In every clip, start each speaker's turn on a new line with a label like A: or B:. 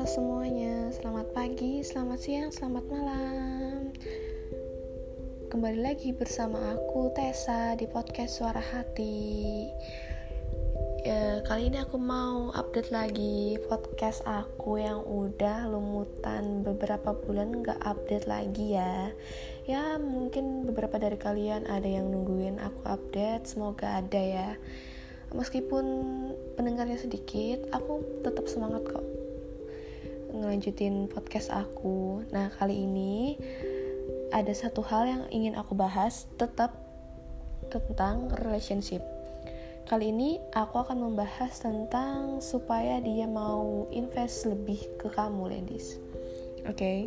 A: Halo semuanya, selamat pagi, selamat siang, selamat malam. Kembali lagi bersama aku Tessa di podcast Suara Hati. Kali ini aku mau update lagi podcast aku yang udah lumutan beberapa bulan gak update lagi ya. Ya mungkin beberapa dari kalian ada yang nungguin aku update, semoga ada ya. Meskipun pendengarnya sedikit, aku tetap semangat kok ngelanjutin podcast aku. Nah, kali ini ada satu hal yang ingin aku bahas, tetap tentang relationship. Kali ini aku akan membahas tentang supaya dia mau invest lebih ke kamu, ladies. Oke.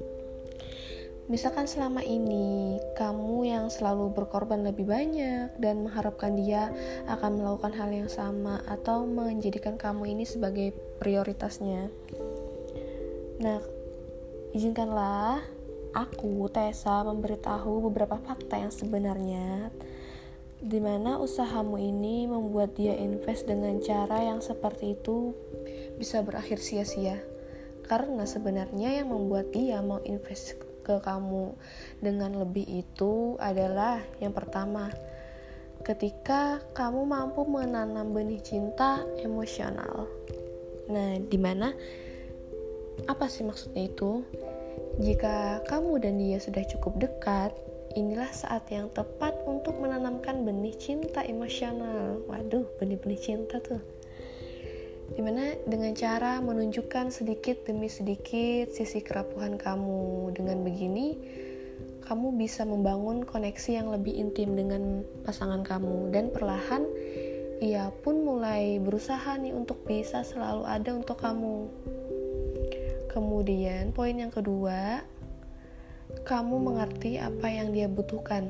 A: Misalkan selama ini kamu yang selalu berkorban lebih banyak dan mengharapkan dia akan melakukan hal yang sama atau menjadikan kamu ini sebagai prioritasnya. Nah, izinkanlah aku, Tessa, memberitahu beberapa fakta yang sebenarnya di mana usahamu ini membuat dia invest dengan cara yang seperti itu bisa berakhir sia-sia. Karena sebenarnya yang membuat dia mau invest ke kamu dengan lebih itu adalah yang pertama, ketika kamu mampu menanam benih cinta emosional. Nah, di mana apa sih maksudnya itu? Jika kamu dan dia sudah cukup dekat, inilah saat yang tepat untuk menanamkan benih cinta emosional. Waduh, benih-benih cinta tuh. Dimana dengan cara menunjukkan sedikit demi sedikit sisi kerapuhan kamu. Dengan begini, kamu bisa membangun koneksi yang lebih intim dengan pasangan kamu. Dan perlahan, ia pun mulai berusaha nih untuk bisa selalu ada untuk kamu. Kemudian, poin yang kedua, kamu mengerti apa yang dia butuhkan.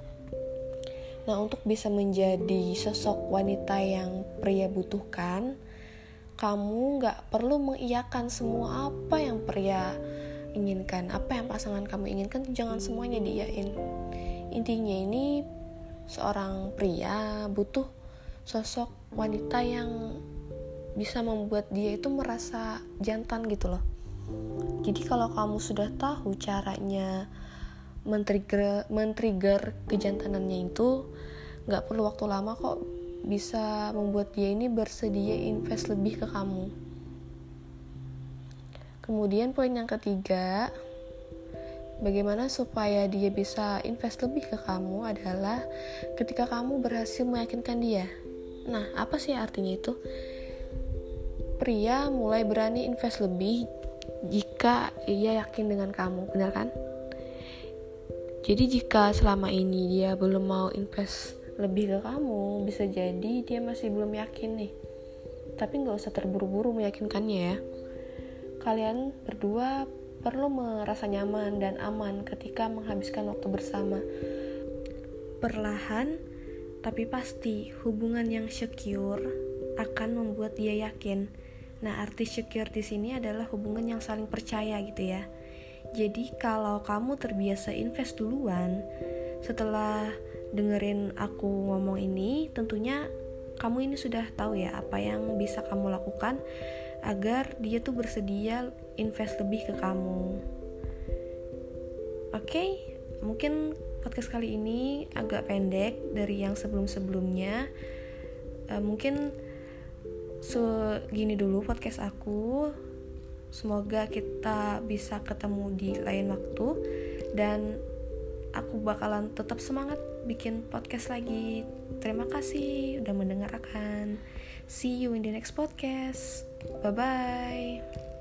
A: Nah, untuk bisa menjadi sosok wanita yang pria butuhkan, kamu gak perlu mengiyakan semua apa yang pria inginkan. Apa yang pasangan kamu inginkan, jangan semuanya diiyain. Intinya ini seorang pria butuh sosok wanita yang bisa membuat dia itu merasa jantan gitu loh. Jadi kalau kamu sudah tahu caranya men-trigger kejantanannya itu, gak perlu waktu lama kok bisa membuat dia ini bersedia invest lebih ke kamu. Kemudian poin yang ketiga, bagaimana supaya dia bisa invest lebih ke kamu adalah ketika kamu berhasil meyakinkan dia. Nah, apa sih artinya itu? Pria mulai berani invest lebih jika ia yakin dengan kamu, benar kan? Jadi jika selama ini dia belum mau invest lebih ke kamu, bisa jadi dia masih belum yakin nih. Tapi gak usah terburu-buru meyakinkannya ya. Kalian berdua perlu merasa nyaman dan aman ketika menghabiskan waktu bersama. Perlahan tapi pasti, hubungan yang secure akan membuat dia yakin. Nah, arti secure di sini adalah hubungan yang saling percaya gitu ya. Jadi kalau kamu terbiasa invest duluan, setelah dengerin aku ngomong ini, tentunya kamu ini sudah tahu ya apa yang bisa kamu lakukan agar dia tuh bersedia invest lebih ke kamu. Oke, mungkin podcast kali ini agak pendek dari yang sebelum-sebelumnya. Mungkin segini dulu podcast aku. Semoga kita bisa ketemu di lain waktu, dan aku bakalan tetap semangat bikin podcast lagi. Terima kasih udah mendengarkan. See you in the next podcast. Bye bye.